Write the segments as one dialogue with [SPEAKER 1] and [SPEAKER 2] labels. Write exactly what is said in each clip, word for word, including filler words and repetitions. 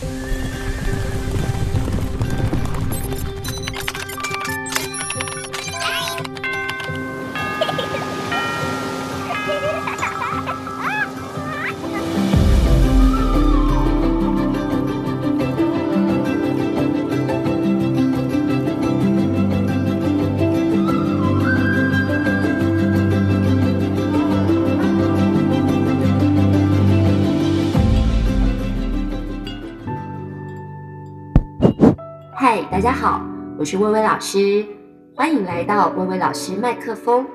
[SPEAKER 1] 嗨，大家好，我是薇薇老师，欢迎来到薇薇老师麦克风。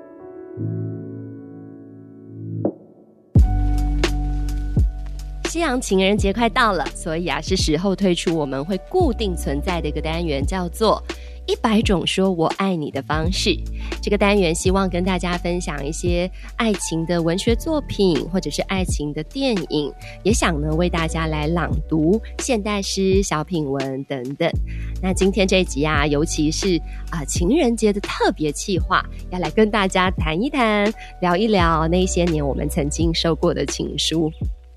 [SPEAKER 2] 西洋情人节快到了，所以啊，是时候推出我们会固定存在的一个单元，叫做一百种说我爱你的方式。这个单元希望跟大家分享一些爱情的文学作品，或者是爱情的电影，也想呢为大家来朗读现代诗、小品文等等。那今天这一集啊，尤其是啊、呃、情人节的特别企划，要来跟大家谈一谈，聊一聊那些年我们曾经收过的情书。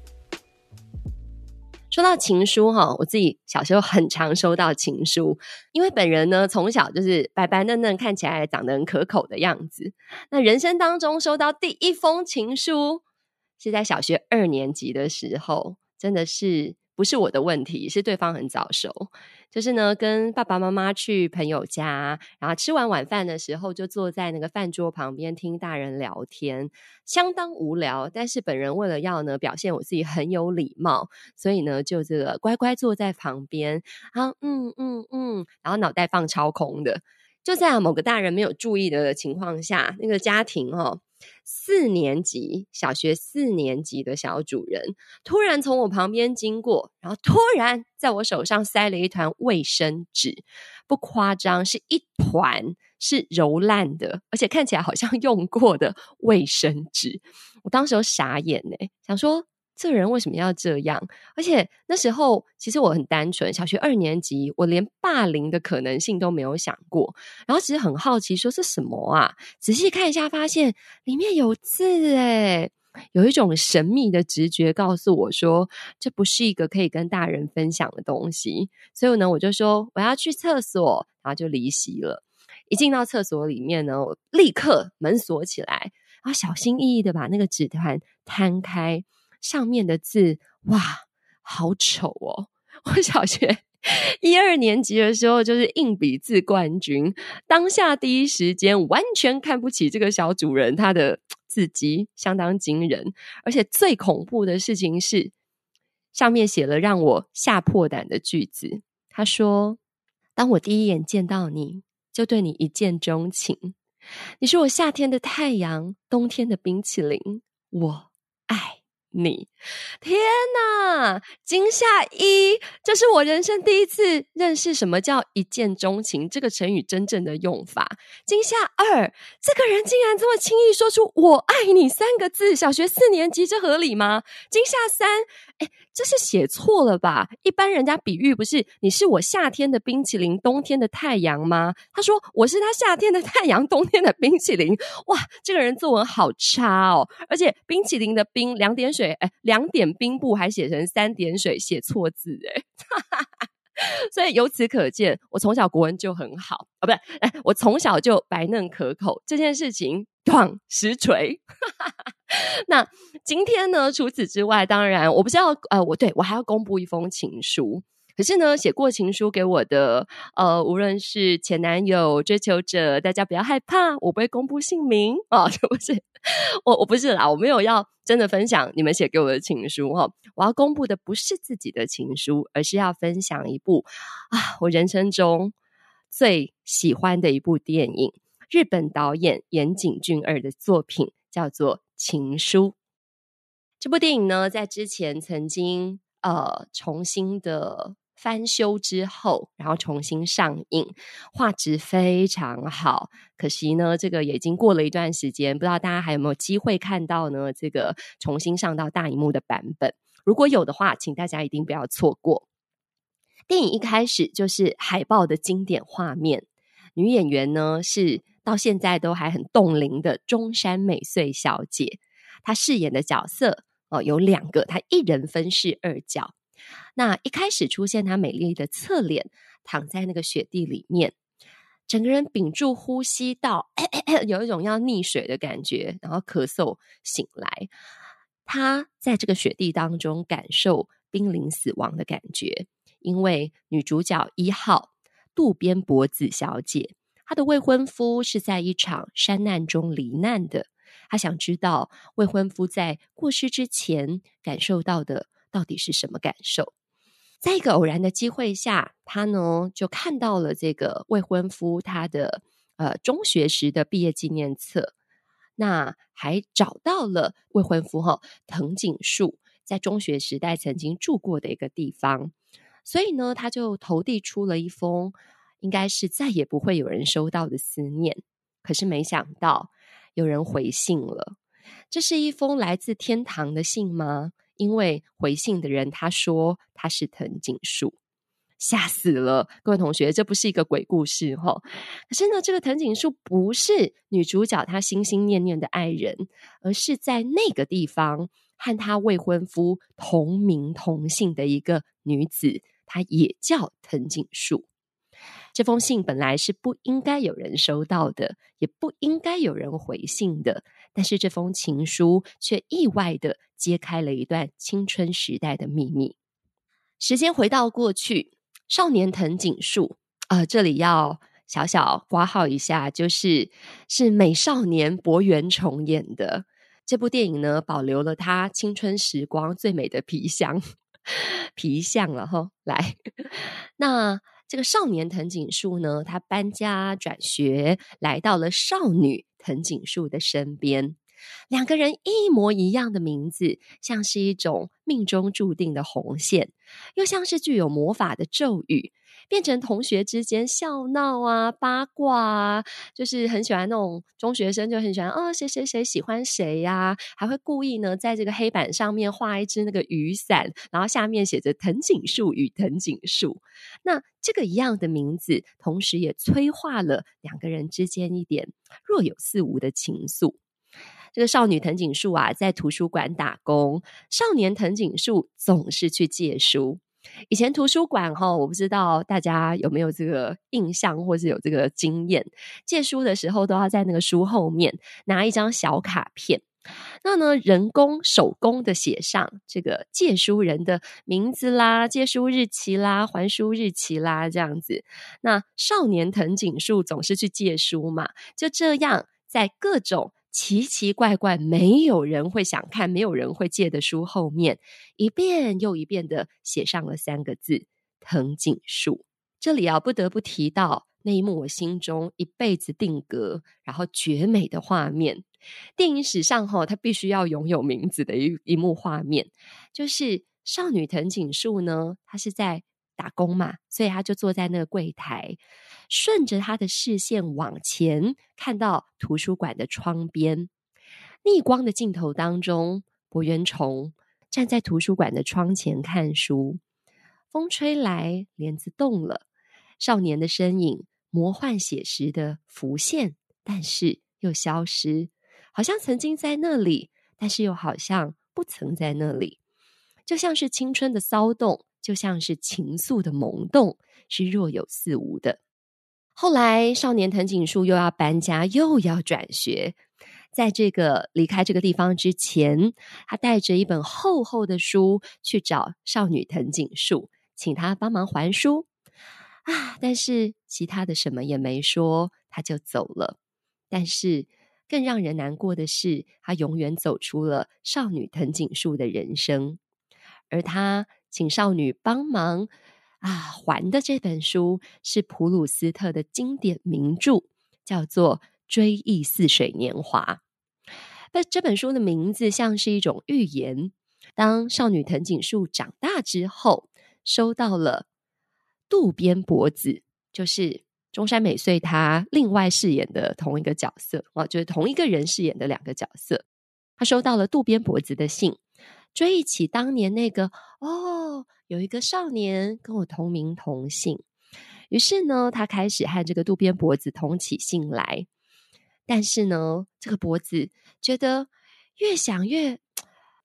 [SPEAKER 2] 说到情书哈，我自己小时候很常收到情书，因为本人呢从小就是白白嫩嫩，看起来长得很可口的样子。那人生当中收到第一封情书是在小学二年级的时候，真的是不是我的问题，是对方很早熟。就是呢跟爸爸妈妈去朋友家，然后吃完晚饭的时候就坐在那个饭桌旁边听大人聊天，相当无聊，但是本人为了要呢表现我自己很有礼貌，所以呢就这个乖乖坐在旁边啊嗯嗯嗯，然后脑袋放超空的。就在某个大人没有注意的情况下，那个家庭哦四年级小学四年级的小主人突然从我旁边经过，然后突然在我手上塞了一团卫生纸，不夸张，是一团是揉烂的，而且看起来好像用过的卫生纸。我当时有傻眼耶，想说这个人为什么要这样？而且那时候其实我很单纯，小学二年级，我连霸凌的可能性都没有想过，然后只是很好奇说是什么啊？仔细看一下发现里面有字耶，有一种神秘的直觉告诉我说这不是一个可以跟大人分享的东西，所以呢我就说我要去厕所，然后就离席了。一进到厕所里面呢，我立刻门锁起来，然后小心翼翼的把那个纸团摊开，上面的字哇好丑哦。我小学一二年级的时候就是硬笔字冠军，当下第一时间完全看不起这个小主人，他的字迹相当惊人。而且最恐怖的事情是上面写了让我吓破胆的句子，他说当我第一眼见到你就对你一见钟情，你是我夏天的太阳，冬天的冰淇淋，我爱你。天哪，惊吓一，这是我人生第一次认识什么叫一见钟情这个成语真正的用法。惊吓二，这个人竟然这么轻易说出我爱你三个字，小学四年级，这合理吗？惊吓三，诶这是写错了吧？一般人家比喻不是你是我夏天的冰淇淋，冬天的太阳吗？他说我是他夏天的太阳，冬天的冰淇淋。哇，这个人作文好差哦！而且冰淇淋的冰两点水，哎，两点冰布还写成三点水，写错字哎。所以由此可见，我从小国文就很好啊，不对，哎，我从小就白嫩可口，这件事情咣实锤。那今天呢，除此之外，当然我不是要呃，我对我还要公布一封情书。可是呢，写过情书给我的呃，无论是前男友、追求者，大家不要害怕，我不会公布姓名哦，不是，我我不是啦，我没有要真的分享你们写给我的情书哦。我要公布的不是自己的情书，而是要分享一部啊，我人生中最喜欢的一部电影，日本导演岩井俊二的作品，叫做《情书》。这部电影呢，在之前曾经呃重新的翻修之后，然后重新上映，画质非常好。可惜呢，这个也已经过了一段时间，不知道大家还有没有机会看到呢？这个重新上到大荧幕的版本，如果有的话，请大家一定不要错过。电影一开始就是海报的经典画面，女演员呢是到现在都还很冻龄的中山美穗小姐，她饰演的角色哦有两个，她一人分饰二角。 那一开始出现她美丽的侧脸，躺在那个雪地里面，整个人屏住呼吸到有一种要溺水的感觉，然后咳嗽醒来。她在这个雪地当中感受濒临死亡的感觉，因为女主角一号渡边博子小姐，她的未婚夫是在一场山难中罹难的。她想知道未婚夫在过世之前感受到的到底是什么感受。在一个偶然的机会下，她呢就看到了这个未婚夫他的呃中学时的毕业纪念册，那还找到了未婚夫哈藤井树在中学时代曾经住过的一个地方，所以呢，他就投递出了一封应该是再也不会有人收到的思念。可是没想到有人回信了，这是一封来自天堂的信吗？因为回信的人他说他是藤井树，吓死了各位同学，这不是一个鬼故事齁。可是呢，这个藤井树不是女主角她心心念念的爱人，而是在那个地方和她未婚夫同名同姓的一个女子，她也叫藤井树。这封信本来是不应该有人收到的，也不应该有人回信的，但是这封情书却意外的揭开了一段青春时代的秘密。时间回到过去，少年藤井树呃，这里要小小括号一下，就是是美少年柏原崇演的。这部电影呢，保留了他青春时光最美的皮相皮相了齁。来，那这个少年藤井树呢，他搬家转学，来到了少女藤井树的身边。两个人一模一样的名字，像是一种命中注定的红线，又像是具有魔法的咒语，变成同学之间笑闹啊、八卦啊，就是很喜欢那种中学生就很喜欢哦，谁谁谁喜欢谁呀、啊，还会故意呢在这个黑板上面画一只那个雨伞，然后下面写着藤井树与藤井树。那这个一样的名字，同时也催化了两个人之间一点若有似无的情愫。这个少女藤井树啊，在图书馆打工，少年藤井树总是去借书。以前图书馆齁，我不知道大家有没有这个印象或是有这个经验，借书的时候都要在那个书后面拿一张小卡片，那呢人工手工的写上这个借书人的名字啦、借书日期啦、还书日期啦这样子。那少年藤井树总是去借书嘛，就这样在各种奇奇怪怪没有人会想看没有人会借的书后面，一遍又一遍的写上了三个字藤井树。这里啊不得不提到那一幕我心中一辈子定格然后绝美的画面，电影史上齁它必须要拥有名字的一一幕画面，就是少女藤井树呢，她是在打工嘛，所以她就坐在那个柜台，顺着她的视线往前看到图书馆的窗边，逆光的镜头当中，柏原崇站在图书馆的窗前看书，风吹来，帘子动了，少年的身影魔幻写实的浮现，但是又消失，好像曾经在那里，但是又好像不曾在那里，就像是青春的骚动，就像是情愫的萌动，是若有似无的。后来少年藤井树又要搬家，又要转学，在这个离开这个地方之前，他带着一本厚厚的书去找少女藤井树，请他帮忙还书啊，但是其他的什么也没说，他就走了。但是更让人难过的是，他永远走出了少女藤井树的人生。而他请少女帮忙啊还的这本书是普鲁斯特的经典名著，叫做《追忆似水年华》。那这本书的名字像是一种预言，当少女藤井树长大之后，收到了渡边博子，就是中山美穗她另外饰演的同一个角色、哦、就是同一个人饰演的两个角色，她收到了渡边博子的信，追忆起当年那个哦，有一个少年跟我同名同姓。于是呢，他开始和这个渡边博子通起信来。但是呢，这个博子觉得越想越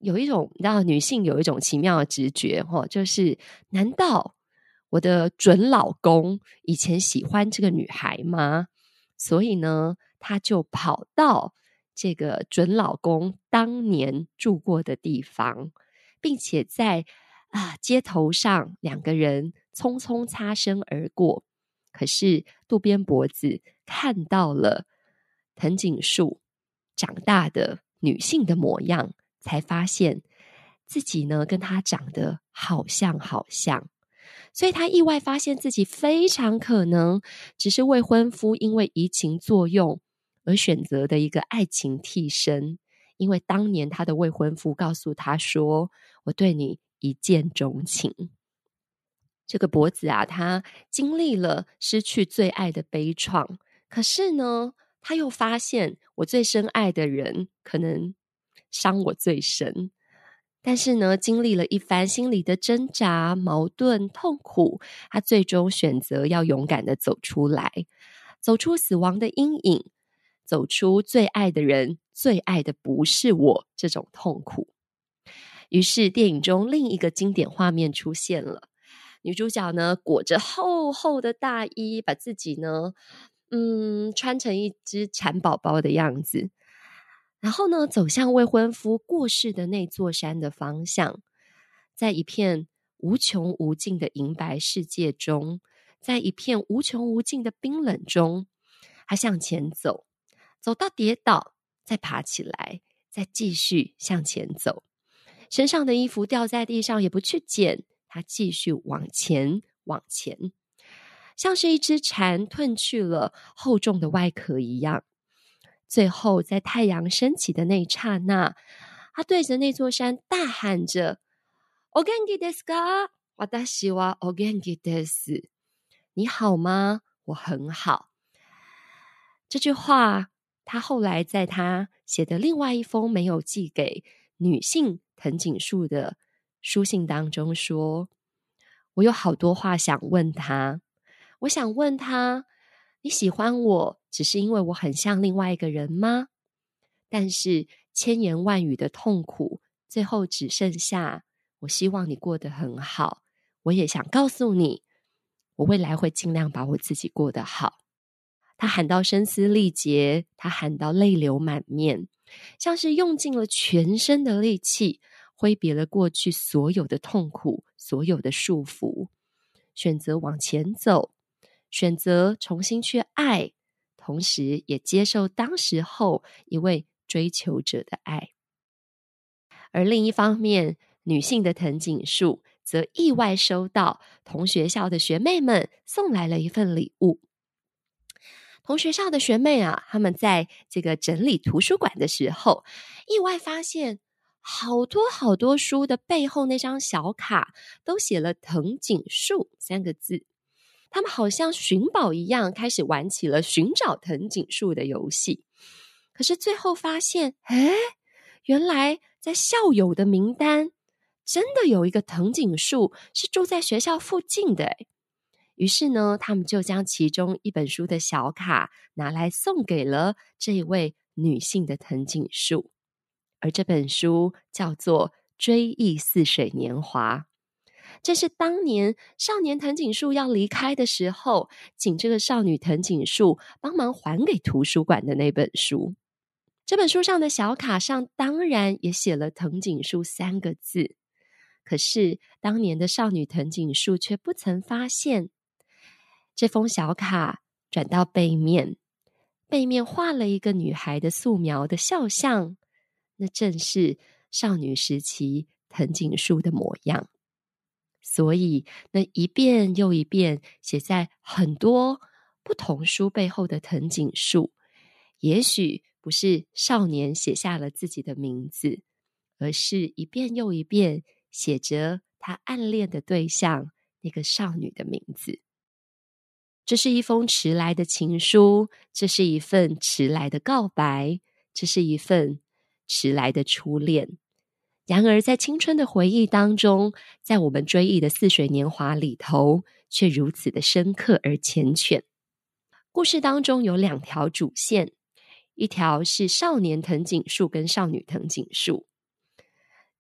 [SPEAKER 2] 有一种你知道女性有一种奇妙的直觉、哦、就是难道我的准老公以前喜欢这个女孩吗？所以呢他就跑到这个准老公当年住过的地方，并且在啊街头上两个人匆匆擦身而过，可是渡边博子看到了藤井树长大的女性的模样，才发现自己呢跟她长得好像好像，所以他意外发现自己非常可能只是未婚夫因为移情作用而选择的一个爱情替身，因为当年他的未婚夫告诉他说，我对你一见钟情。这个博子啊，他经历了失去最爱的悲怆，可是呢他又发现我最深爱的人可能伤我最深，但是呢经历了一番心理的挣扎、矛盾、痛苦，他最终选择要勇敢地走出来，走出死亡的阴影，走出最爱的人最爱的不是我这种痛苦。于是电影中另一个经典画面出现了，女主角呢裹着厚厚的大衣，把自己呢嗯穿成一只蚕宝宝的样子，然后呢走向未婚夫过世的那座山的方向，在一片无穷无尽的银白世界中，在一片无穷无尽的冰冷中，他向前走，走到跌倒，再爬起来，再继续向前走，身上的衣服掉在地上也不去捡，他继续往前往前，像是一只蝉褪去了厚重的外壳一样。最后在太阳升起的那一刹那，他对着那座山大喊着お元気ですか？私はお元気です。你好吗？我很好。这句话他后来在他写的另外一封没有寄给女性藤井树的书信当中说，我有好多话想问他，我想问他，你喜欢我只是因为我很像另外一个人吗？但是千言万语的痛苦最后只剩下我希望你过得很好，我也想告诉你，我未来会尽量把我自己过得好。他喊到声嘶力竭，他喊到泪流满面，像是用尽了全身的力气，挥别了过去所有的痛苦，所有的束缚，选择往前走，选择重新去爱，同时也接受当时候一位追求者的爱。而另一方面，女性的藤井树则意外收到同学校的学妹们送来了一份礼物。同学校的学妹啊，他们在这个整理图书馆的时候，意外发现好多好多书的背后那张小卡都写了藤井树三个字。他们好像寻宝一样，开始玩起了寻找藤井树的游戏。可是最后发现，诶，原来在校友的名单真的有一个藤井树是住在学校附近的诶。于是呢，他们就将其中一本书的小卡拿来送给了这一位女性的藤井树，而这本书叫做《追忆似水年华》。这是当年少年藤井树要离开的时候，请这个少女藤井树帮忙还给图书馆的那本书。这本书上的小卡上当然也写了藤井树三个字，可是当年的少女藤井树却不曾发现，这封小卡转到背面，背面画了一个女孩的素描的肖像，那正是少女时期藤井树的模样。所以那一遍又一遍写在很多不同书背后的藤井树，也许不是少年写下了自己的名字，而是一遍又一遍写着他暗恋的对象那个少女的名字。这是一封迟来的情书，这是一份迟来的告白，这是一份迟来的初恋。然而在青春的回忆当中，在我们追忆的似水年华里头，却如此的深刻而缱绻。故事当中有两条主线，一条是少年藤井树跟少女藤井树，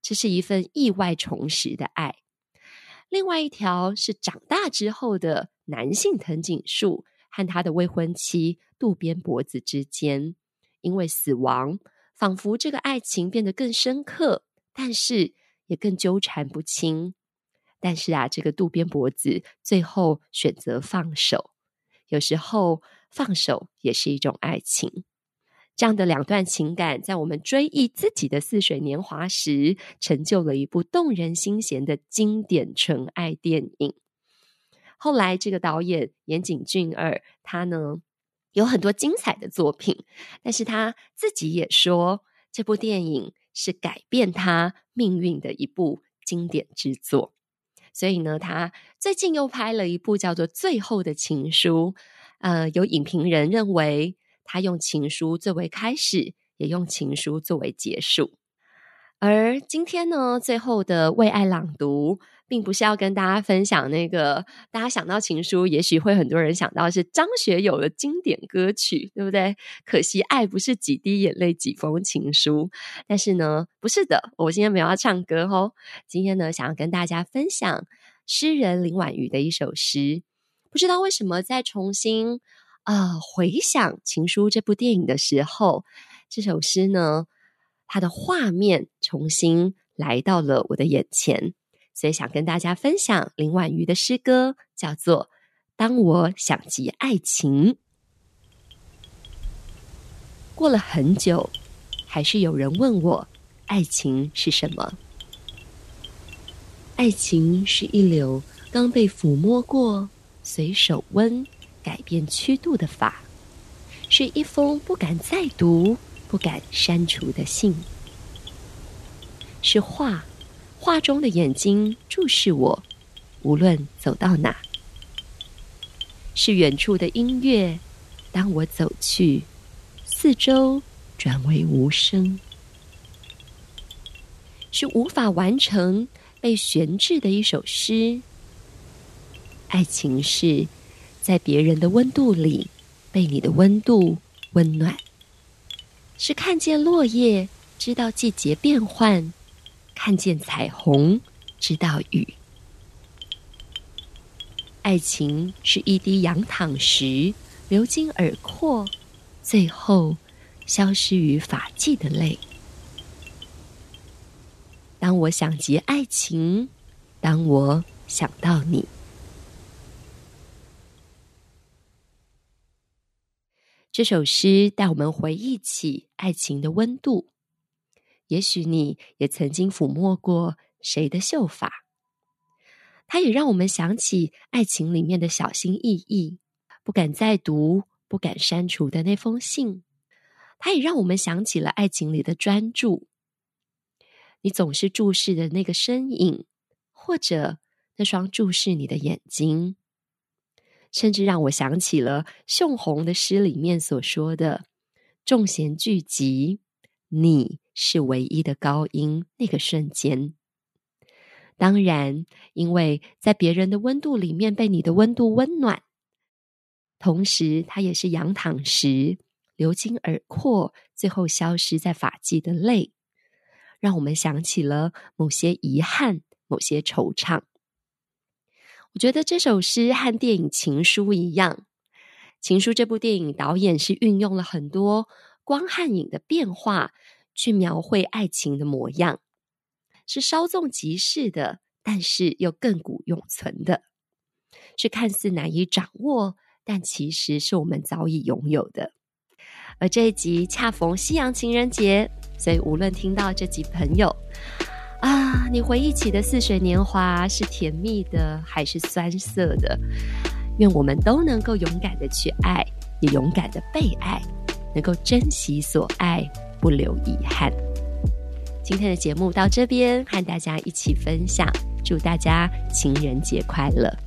[SPEAKER 2] 这是一份意外重拾的爱。另外一条是长大之后的男性藤井树和他的未婚妻渡边博子之间，因为死亡，仿佛这个爱情变得更深刻，但是也更纠缠不清。但是啊，这个渡边博子最后选择放手，有时候放手也是一种爱情。这样的两段情感在我们追忆自己的似水年华时，成就了一部动人心弦的经典纯爱电影。后来这个导演岩井俊二，他呢有很多精彩的作品，但是他自己也说，这部电影是改变他命运的一部经典之作。所以呢，他最近又拍了一部叫做《最后的情书》，呃，有影评人认为他用情书作为开始，也用情书作为结束。而今天呢，最后的为爱朗读并不是要跟大家分享那个大家想到情书也许会很多人想到是张学友的经典歌曲，对不对？可惜爱不是几滴眼泪几封情书。但是呢，不是的，我今天没有要唱歌哦。今天呢，想要跟大家分享诗人林婉瑜的一首诗。不知道为什么在重新呃回想情书这部电影的时候，这首诗呢它的画面重新来到了我的眼前，所以想跟大家分享林婉瑜的诗歌，叫做《当我想及爱情》。过了很久，还是有人问我，爱情是什么？爱情是一绺刚被抚摸过，随手温改变曲度的发，是一封不敢再读不敢删除的信，是画，画中的眼睛注视我，无论走到哪，是远处的音乐，当我走去，四周转为无声，是无法完成被悬置的一首诗。爱情是在别人的温度里被你的温度温暖，是看见落叶知道季节变换，看见彩虹知道雨。爱情是一滴仰躺时流经耳廓，最后消失于发髻的泪。当我想及爱情，当我想到你。这首诗带我们回忆起爱情的温度，也许你也曾经抚摸过谁的秀发，它也让我们想起爱情里面的小心翼翼，不敢再读不敢删除的那封信，它也让我们想起了爱情里的专注，你总是注视的那个身影，或者那双注视你的眼睛，甚至让我想起了熊红的诗里面所说的众弦聚集，你是唯一的高音，那个瞬间。当然，因为在别人的温度里面被你的温度温暖，同时它也是仰躺时流经耳廓，最后消失在发髻的泪，让我们想起了某些遗憾，某些惆怅。我觉得这首诗和电影《情书》一样，《情书》这部电影导演是运用了很多光和影的变化去描绘爱情的模样，是稍纵即逝的，但是又亘古永存的，是看似难以掌握，但其实是我们早已拥有的。而这一集恰逢西洋情人节，所以无论听到这集朋友啊，你回忆起的似水年华是甜蜜的还是酸涩的，愿我们都能够勇敢的去爱，也勇敢的被爱，能够珍惜所爱，不留遗憾。今天的节目到这边，和大家一起分享，祝大家情人节快乐。